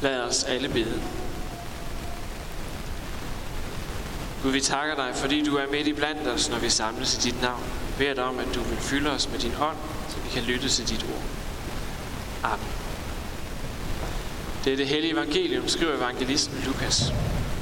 Lad os alle bede. Gud, vi takker dig, fordi du er midt i blandt os, når vi samles i dit navn. Vi beder dig om, at du vil fylde os med din ånd, så vi kan lytte til dit ord. Amen. Det er det hellige evangelium, skriver evangelisten Lukas.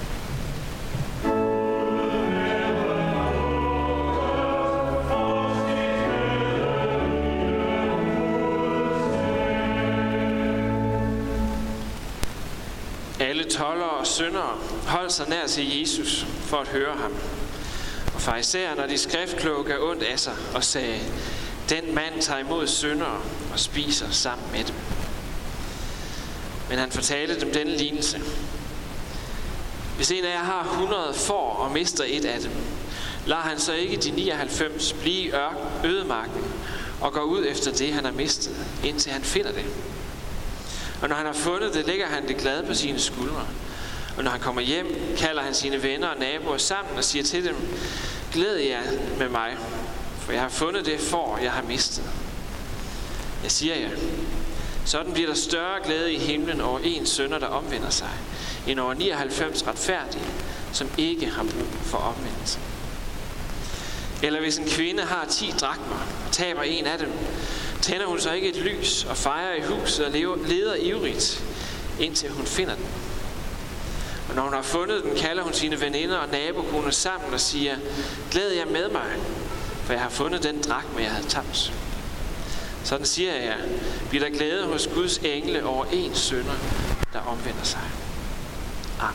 Alle toldere og syndere holdt sig nær til Jesus for at høre ham. Og farisæerne og de skriftkloge gav ondt af sig og sagde, den mand tager imod syndere og spiser sammen med dem. Men han fortalte dem denne lignelse. Hvis en af jer har 100 får og mister et af dem, lader han så ikke de 99 blive i ødemarken og går ud efter det, han har mistet, indtil han finder det. Og når han har fundet det, lægger han det glad på sine skuldre. Og når han kommer hjem, kalder han sine venner og naboer sammen og siger til dem, glæd jer med mig, for jeg har fundet det får, jeg har mistet. Jeg siger jer, sådan bliver der større glæde i himlen over en synder, der omvender sig, end over 99 retfærdige, som ikke har brug for omvendelse. Eller hvis en kvinde har 10 drakmer og taber en af dem, tænder hun så ikke et lys og fejrer i huset og leder ivrigt, indtil hun finder den. Og når hun har fundet den, kalder hun sine veninder og nabokoner sammen og siger, glæd jer med mig, for jeg har fundet den drakme, jeg havde tabt. Sådan siger jeg, bliver der glæde hos Guds engle over en synder, der omvender sig. Amen.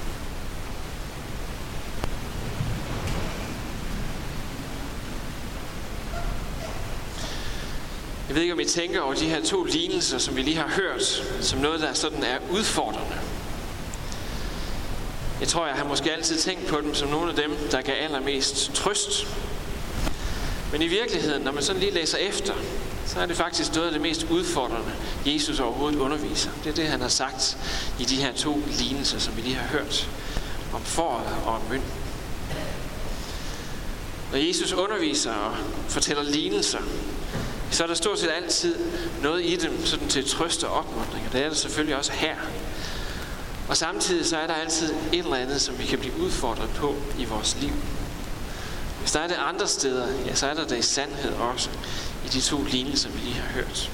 Jeg ved ikke, om I tænker over de her 2 lignelser, som vi lige har hørt, som noget, der sådan er udfordrende. Jeg tror, jeg har måske altid tænkt på dem som nogle af dem, der gav allermest trøst. Men i virkeligheden, når man sådan lige læser efter, så er det faktisk noget af det mest udfordrende, Jesus overhovedet underviser. Det er det, han har sagt i de her 2 lignelser, som vi lige har hørt, om fåret og om mønten. Når Jesus underviser og fortæller lignelser, så er der stort set altid noget i dem sådan til trøst og opmuntring, og det er der selvfølgelig også her. Og samtidig så er der altid et eller andet, som vi kan blive udfordret på i vores liv. Hvis der er det andre steder, ja, så er der det i sandhed også i de 2 lignelser, vi lige har hørt.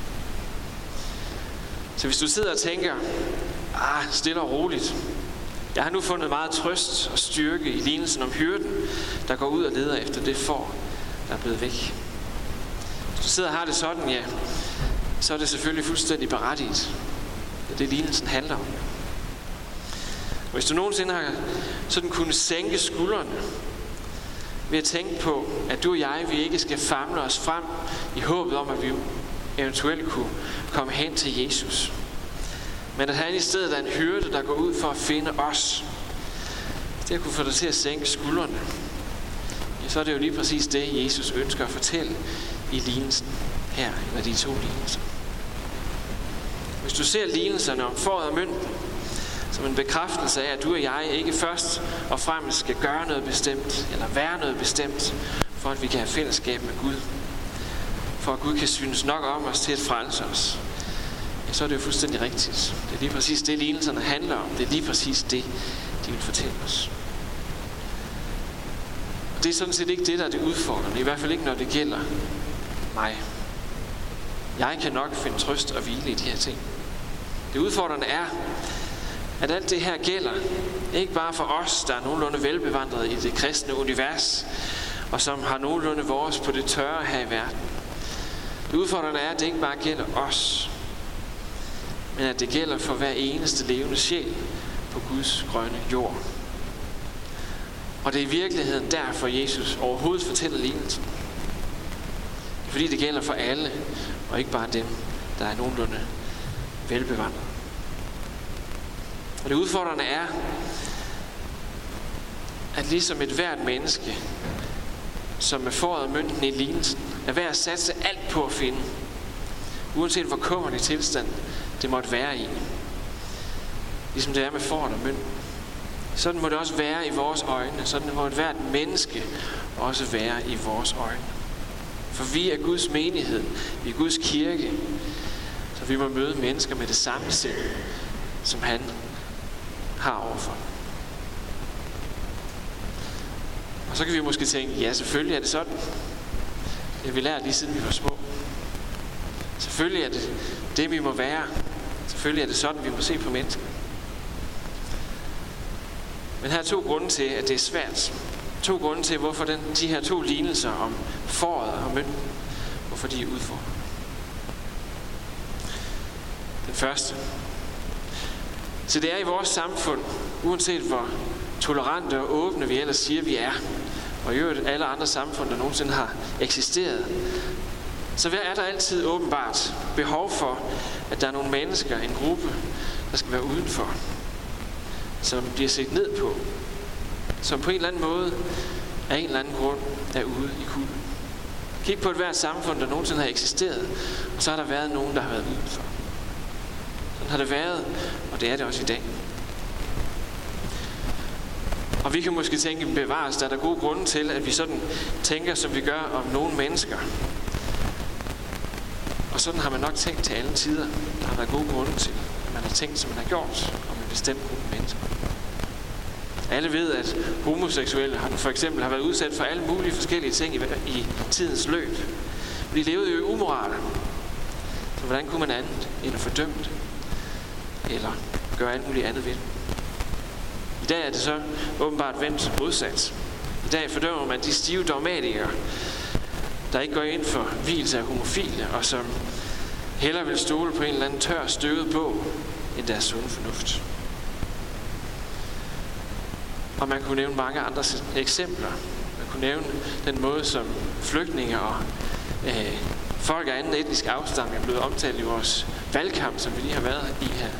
Så hvis du sidder og tænker, stille og roligt, jeg har nu fundet meget trøst og styrke i lignelsen om hyrden, der går ud og leder efter det får, der er blevet væk. Hvis du sidder og har det sådan, ja, så er det selvfølgelig fuldstændig berettiget. Det er det, lignelsen handler om. Og hvis du nogensinde har sådan kunnet sænke skuldrene ved at tænke på, at du og jeg, vi ikke skal famle os frem i håbet om, at vi eventuelt kunne komme hen til Jesus. Men at han i stedet er en hyrde, der går ud for at finde os. Det at kunne få dig til at sænke skuldrene, ja, så er det jo lige præcis det, Jesus ønsker at fortælle i lignelsen her, eller de 2 lignelser. Hvis du ser lignelserne om fåret og mønten som en bekræftelse af, at du og jeg ikke først og fremmest skal gøre noget bestemt, eller være noget bestemt, for at vi kan have fællesskab med Gud, for at Gud kan synes nok om os til at frelse os, ja, så er det jo fuldstændig rigtigt. Det er lige præcis det, lignelserne handler om. Det er lige præcis det, de vil fortælle os. Og det er sådan set ikke det, der er det udfordrende. I hvert fald ikke, når det gælder mig. Jeg kan nok finde trøst og hvile i de her ting. Det udfordrende er, at alt det her gælder ikke bare for os, der er nogenlunde velbevandret i det kristne univers, og som har nogenlunde vores på det tørre her i verden. Det udfordrende er, at det ikke bare gælder os, men at det gælder for hver eneste levende sjæl på Guds grønne jord. Og det er i virkeligheden derfor, Jesus overhovedet fortæller lignelsen. Det er fordi, det gælder for alle, og ikke bare dem, der er nogenlunde velbevandret. Og det udfordrende er, at ligesom et hvert menneske, som er fåret og mønten i lignelsen, er værd at satse alt på at finde, uanset hvor kummerlig tilstand det måtte være i. Ligesom det er med fåret og mønten. Sådan må det også være i vores øjne. Sådan må et hvert menneske også være i vores øjne. For vi er Guds menighed. Vi er Guds kirke. Så vi må møde mennesker med det samme sind, som han har overfor. Og så kan vi måske tænke, ja, selvfølgelig er det sådan. Det har vi lært lige siden vi var små. Selvfølgelig er det det, vi må være. Selvfølgelig er det sådan, vi må se på mennesker. Men her er 2 grunde til, at det er svært. 2 grunde til, hvorfor de her 2 lignelser om fåret og mønten, hvorfor de er udfordrende. Den første. Så det er i vores samfund, uanset hvor tolerante og åbne vi ellers siger, vi er, og i øvrigt alle andre samfund, der nogensinde har eksisteret, så er der altid åbenbart behov for, at der er nogle mennesker, en gruppe, der skal være udenfor, som bliver set ned på, som på en eller anden måde, af en eller anden grund, er ude i kulden. Kig på et hvert samfund, der nogensinde har eksisteret, og så har der været nogen, der har været udenfor. Sådan har det været, og det er det også i dag. Og vi kan måske tænke, bevares, der er der gode grunde til, at vi sådan tænker, som vi gør om nogle mennesker. Og sådan har man nok tænkt til alle tider. Der har været gode grunde til, at man har tænkt, som man har gjort om en bestemt gruppe mennesker. Alle ved, at homoseksuelle for eksempel har været udsat for alle mulige forskellige ting i tidens løb. De levede jo i umoral. Så hvordan kunne man andet end at fordømme det? Eller gøre alt muligt andet ved det? I dag er det så åbenbart vendt modsat. I dag fordømmer man de stive dogmatikere, der ikke går ind for vielse af homofile, og som hellere vil stole på en eller anden tør støvet bog, end deres sunde fornuft. Og man kunne nævne mange andre eksempler. Man kunne nævne den måde, som flygtninge og folk af anden etnisk afstamning er blevet omtalt i vores valgkamp, som vi lige har været i her.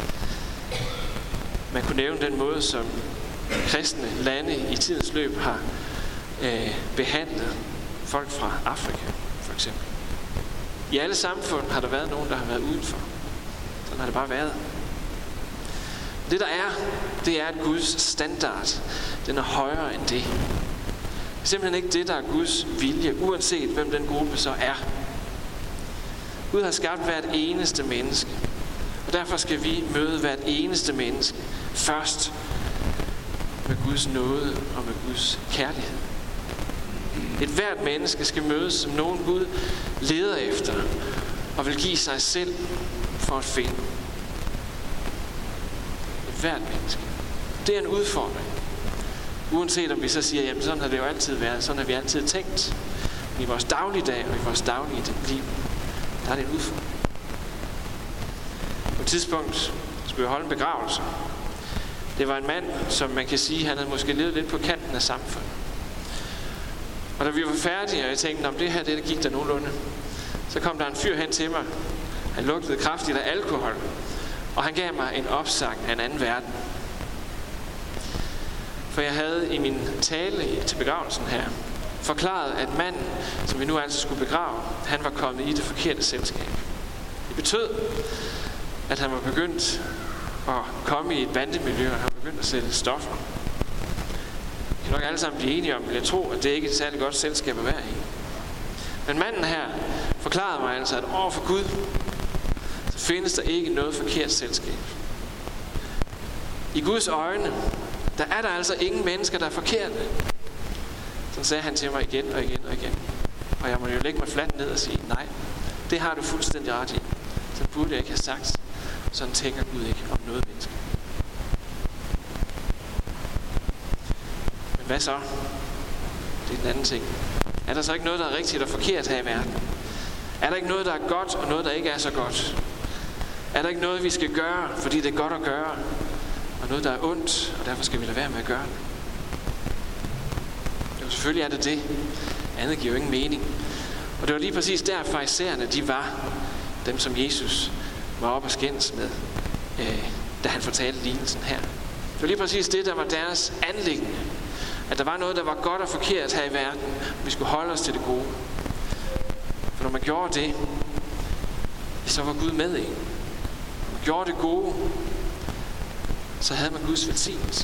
Man kunne nævne den måde, som kristne lande i tidens løb har behandlet folk fra Afrika, for eksempel. I alle samfund har der været nogen, der har været udenfor. Sådan har det bare været. Det der er, det er, at Guds standard, den er højere end det. Det er simpelthen ikke det, der er Guds vilje, uanset hvem den gruppe så er. Gud har skabt hvert eneste menneske, og derfor skal vi møde hvert eneste menneske først med Guds nåde og med Guds kærlighed. Et hvert menneske skal mødes som nogen Gud leder efter og vil give sig selv for at finde. Et hvert menneske. Det er en udfordring. Uanset om vi så siger, jamen sådan har det jo altid været, sådan har vi altid tænkt. Men i vores dagligdag og i vores daglige liv, der er det en udfordring. På et tidspunkt skulle jeg holde en begravelse. Det var en mand, som man kan sige, han havde måske levet lidt på kanten af samfundet. Og da vi var færdige, og jeg tænkte, om det her, det gik der nogenlunde, så kom der en fyr hen til mig. Han lugtede kraftigt af alkohol, og han gav mig en opsang af en anden verden. For jeg havde i min tale til begravelsen her forklaret, at manden, som vi nu altså skulle begrave, han var kommet i det forkerte selskab. Det betød, at han var begyndt at komme i et bandemiljø, og han var begyndt at sælge stoffer. Vi kan nok alle sammen blive enige om, men jeg tror, at det ikke er et særligt godt selskab at være i. Men manden her forklarede mig altså, at over for Gud, så findes der ikke noget forkert selskab. I Guds øjne, der er der altså ingen mennesker, der er forkerte. Sådan sagde han til mig igen og igen og igen. Og jeg må jo lægge mig fladt ned og sige, nej, det har du fuldstændig ret i. Så burde jeg ikke have sagt. Sådan tænker Gud ikke om noget menneske. Men hvad så? Det er den anden ting. Er der så ikke noget, der er rigtigt og forkert her i verden? Er der ikke noget, der er godt, og noget, der ikke er så godt? Er der ikke noget, vi skal gøre, fordi det er godt at gøre, og noget, der er ondt, og derfor skal vi lade være med at gøre det? Jo, selvfølgelig er det det. Andet giver jo ingen mening. Og det var lige præcis der, farisæerne, de var dem, som Jesus var oppe og skændes med, da han fortalte lignelsen her. Det var lige præcis det, der var deres anliggende. At der var noget, der var godt og forkert her i verden, og vi skulle holde os til det gode. For når man gjorde det, så var Gud med en. Når man gjorde det gode, så havde man Guds velsignelse.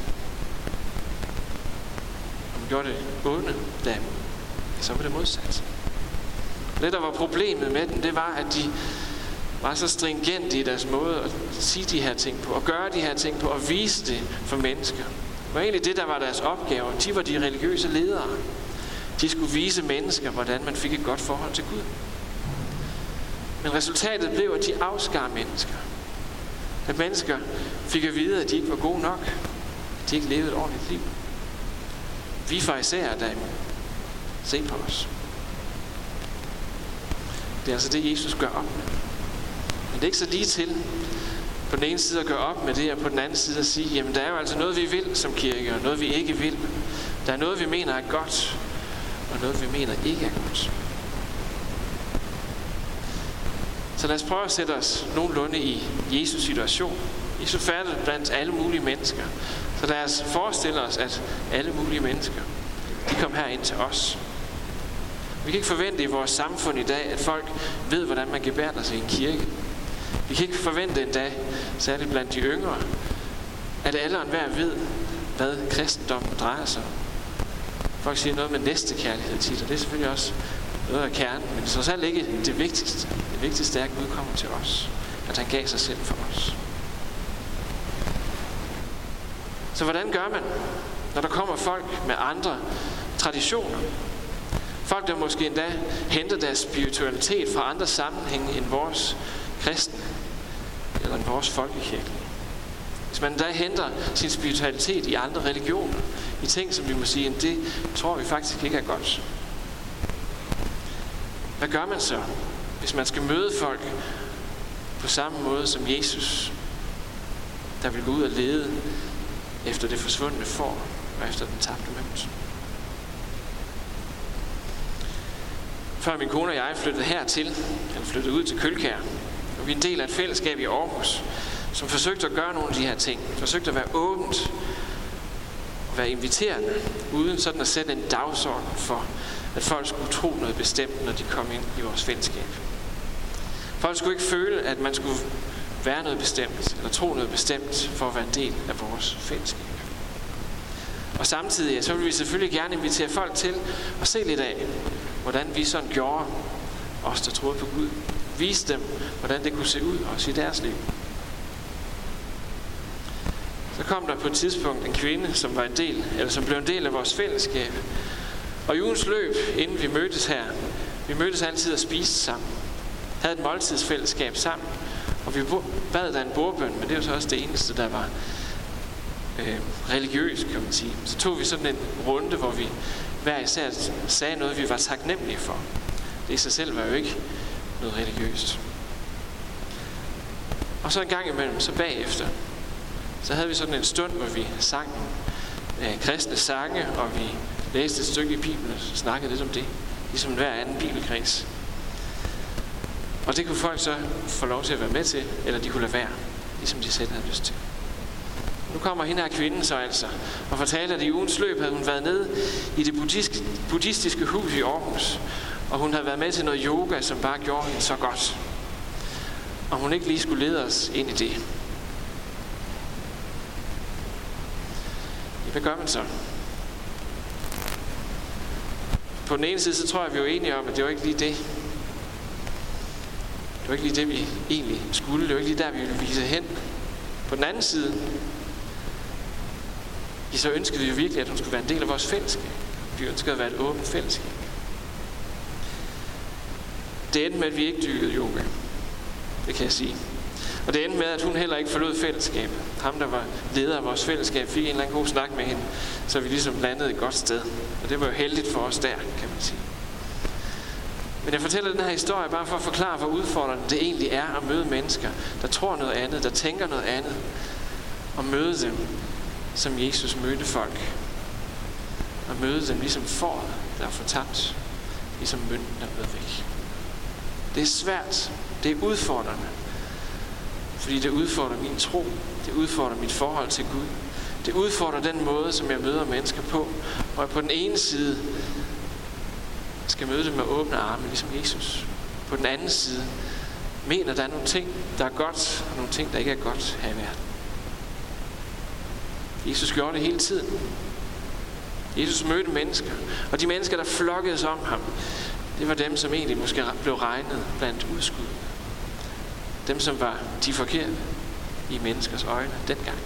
Når man gjorde det onde, så var det modsat. Det, der var problemet med dem, det var, at var så stringent i deres måde at sige de her ting på, og gøre de her ting på, og vise det for mennesker. Det var egentlig det, der var deres opgave. De var de religiøse ledere. De skulle vise mennesker, hvordan man fik et godt forhold til Gud. Men resultatet blev, at de afskar mennesker. At mennesker fik at vide, at de ikke var gode nok. At de ikke levede et ordentligt liv. Vi farisæere derimod. Se på os. Det er altså det, Jesus gør op med. Men det er ikke så lige til på den ene side at gøre op med det, og på den anden side at sige, jamen der er jo altså noget, vi vil som kirke, og noget, vi ikke vil. Der er noget, vi mener er godt, og noget, vi mener ikke er godt. Så lad os prøve at sætte os nogenlunde i Jesus situation. Jesus færdes blandt alle mulige mennesker. Så lad os forestille os, at alle mulige mennesker, de kom her ind til os. Vi kan ikke forvente i vores samfund i dag, at folk ved, hvordan man gebærder sig i en kirke. Vi kan ikke forvente endda, særligt blandt de yngre, at alle og enhver ved, hvad kristendommen drejer sig om. Folk siger noget med næstekærlighed tit, og det er selvfølgelig også noget af kernen, men så er det ikke det vigtigste. Det vigtigste er, at Gud kommer til os, at han gav sig selv for os. Så hvordan gør man, når der kommer folk med andre traditioner? Folk, der måske endda henter deres spiritualitet fra andre sammenhænge end vores kristne, eller end vores folkekirke. Hvis man endda henter sin spiritualitet i andre religioner, i ting, som vi må sige, det tror vi faktisk ikke er godt. Hvad gør man så, hvis man skal møde folk på samme måde som Jesus, der vil gå ud og lede efter det forsvundne får og efter den tabte mønt? Før min kone og jeg flyttede hertil, eller flyttede ud til Kølkær, og vi er en del af et fællesskab i Aarhus, som forsøgte at gøre nogle af de her ting. Forsøgte at være åbent og være inviterende, uden sådan at sætte en dagsorden for, at folk skulle tro noget bestemt, når de kom ind i vores fællesskab. Folk skulle ikke føle, at man skulle være noget bestemt, eller tro noget bestemt, for at være en del af vores fællesskab. Og samtidig, så vil vi selvfølgelig gerne invitere folk til at se lidt af, hvordan vi sådan gjorde, os der troede på Gud. Vise dem, hvordan det kunne se ud også i deres liv. Så kom der på et tidspunkt en kvinde, som blev en del af vores fællesskab. Og i ugens løb, inden vi mødtes her, vi mødtes altid og spiste sammen. Havde et måltidsfællesskab sammen. Og vi bad der en bordbøn, men det var så også det eneste, der var religiøst, kan man sige. Så tog vi sådan en runde, hvor vi hver især sagde noget, vi var taknemmelige for. Det i sig selv var jo ikke noget religiøst. Og så en gang imellem, så bagefter, så havde vi sådan en stund, hvor vi sang kristne sange, og vi læste et stykke i Bibelen og snakkede lidt om det, ligesom hver anden bibelkreds. Og det kunne folk så få lov til at være med til, eller de kunne lade være, ligesom de selv havde lyst til. Nu kommer hende her kvinden så altså, og fortalte, at i ugens løb havde hun været nede i det buddhistiske hus i Aarhus, og hun havde været med til noget yoga, som bare gjorde hende så godt. Og hun ikke lige skulle lede os ind i det. Hvad gør man så? På den ene side, så tror jeg, vi er jo enige om, at det var ikke lige det. Det var ikke lige det, vi egentlig skulle. Det var ikke lige der, vi ville vise hen. På den anden side, så ønskede vi jo virkelig, at hun skulle være en del af vores fællesskab. Vi ønskede at være et åbent fællesskab. Det endte med, at vi ikke dyrkede yoga. Det kan jeg sige. Og det endte med, at hun heller ikke forlod fællesskabet. Ham, der var leder af vores fællesskab, fik en eller anden god snak med hende, så vi ligesom landede et godt sted. Og det var jo heldigt for os der, kan man sige. Men jeg fortæller den her historie bare for at forklare, hvor udfordrende det egentlig er at møde mennesker, der tror noget andet, der tænker noget andet, og møde dem, som Jesus mødte folk. Og møde dem ligesom fåret, der er fortabt, ligesom mønten, der er blevet væk. Det er svært, det er udfordrende, fordi det udfordrer min tro, det udfordrer mit forhold til Gud, det udfordrer den måde, som jeg møder mennesker på, og jeg på den ene side skal møde dem med åbne arme, ligesom Jesus. På den anden side mener, der er nogle ting, der er godt, og nogle ting, der ikke er godt her i verden. Jesus gjorde det hele tiden. Jesus mødte mennesker, og de mennesker, der flokkede sig om ham, det var dem, som egentlig måske blev regnet blandt udskud. Dem, som var de forkerte i menneskers øjne dengang.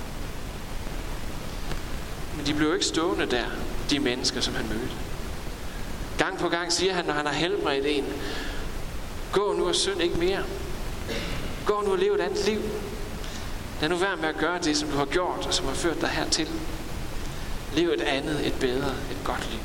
Men de blev jo ikke stående der, de mennesker, som han mødte. Gang på gang siger han, når han har helbredt en, gå nu og synd ikke mere. Gå nu og lev et andet liv. Lad nu være med at gøre det, som du har gjort, og som har ført dig hertil. Lev et andet, et bedre, et godt liv.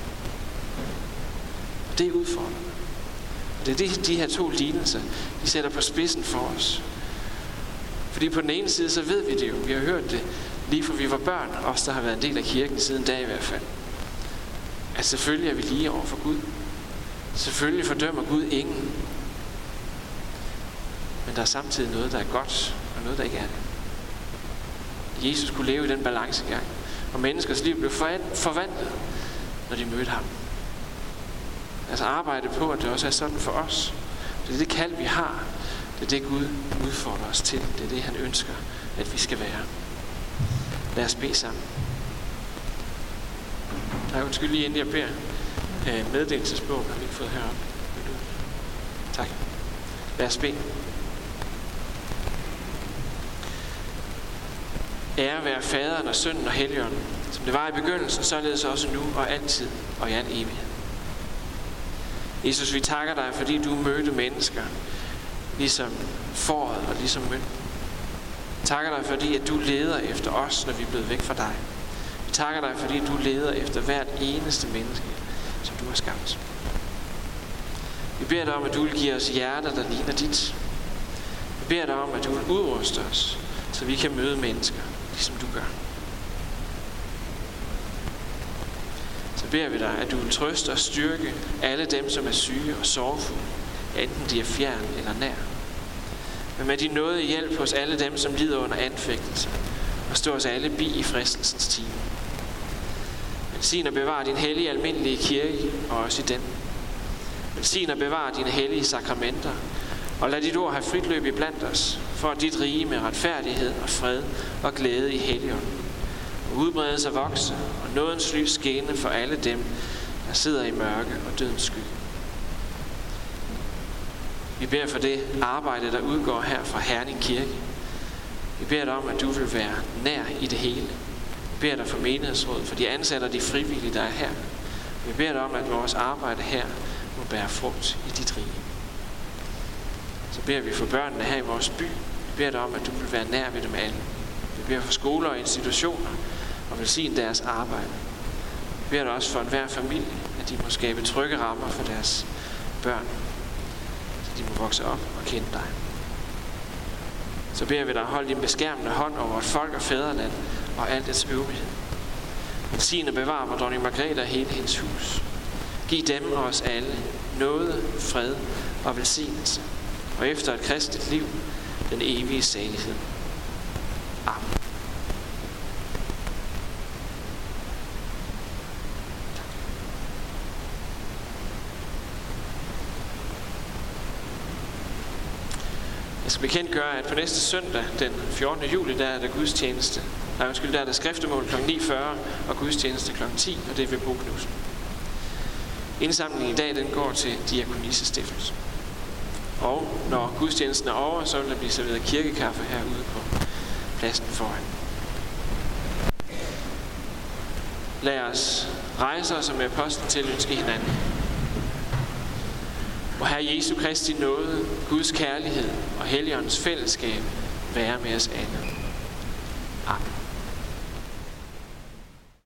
Og det er udfordrende. Og det er det, de her to lignelser, de sætter på spidsen for os. Fordi på den ene side, så ved vi det jo. Vi har hørt det lige fra vi var børn, os der har været en del af kirken siden da i hvert fald. At selvfølgelig er vi lige over for Gud. Selvfølgelig fordømmer Gud ingen. Men der er samtidig noget, der er godt, og noget, der ikke er det. Jesus kunne leve i den balancegang, og menneskers liv blev forvandlet, når de mødte ham. Altså arbejde på, at det også er sådan for os. Det er det kald, vi har. Det er det, Gud udfordrer os til. Det er det, han ønsker, at vi skal være. Lad os bede sammen. Nej, undskyld lige inden jeg beder. Meddelelsesbogen har vi ikke fået heroppe. Tak. Lad os bede. Ære være faderen og sønnen og helligånden, som det var i begyndelsen, således også nu og altid og i al evighed. Jesus, vi takker dig, fordi du mødte mennesker, ligesom foråret og ligesom mønten. Vi takker dig, fordi at du leder efter os, når vi er blevet væk fra dig. Vi takker dig, fordi du leder efter hvert eneste menneske, som du har skabt. Vi beder dig om, at du vil give os hjerter, der ligner dit. Vi beder dig om, at du vil udruste os, så vi kan møde mennesker, ligesom du gør. Så beder vi dig, at du vil trøste og styrke alle dem, som er syge og sorgfulde, enten de er fjern eller nær. Men med din nåde hjælp hos alle dem, som lider under anfægtelse, og stå os alle bi i fristelsens time. Velsign og bevar din hellige almindelige kirke, og også i den. Velsign og bevar dine hellige sakramenter, og lad dit ord have frit løb i blandt os, for at dit rige med retfærdighed og fred og glæde i Helligånden og udbredes og vokse, og nådens lys skinne for alle dem, der sidder i mørke og dødens skygge. Vi beder for det arbejde, der udgår her fra Herning Kirke. Vi beder dig om, at du vil være nær i det hele. Vi beder dig for menighedsrådet, for de ansatte og de frivillige, der er her. Vi beder dig om, at vores arbejde her må bære frugt i dit rige. Så beder vi for børnene her i vores by. Vi beder dig om, at du vil være nær ved dem alle. Vi beder for skoler og institutioner og velsigne deres arbejde. Vi beder dig også for enhver familie, at de må skabe trygge rammer for deres børn, så de må vokse op og kende dig. Så beder vi dig, holde din beskærmende hånd over vort folk og fædreland og alt dets øvrighed. Velsigne og bevare vor dronning Margrethe og hele hendes hus. Giv dem og os alle nåde, fred og velsignelse, og efter et kristent liv, den evige salighed. Amen. Jeg skal bekendtgøre, at på næste søndag, den 14. juli, der er der gudstjeneste. Der er der skriftemål kl. 9.40 og gudstjeneste kl. 10, og det er ved Bo Knudsen. Indsamlingen i dag, den går til Diakonisse Stiftelse. Og når gudstjenesten er over, så vil der blive serveret kirkekaffe herude på pladsen foran. Lad os rejse os og med apostlen til ønske hinanden. Hvor Herre Jesu Kristi nåde, Guds kærlighed og Helligåndens fællesskab være med os alle. Amen.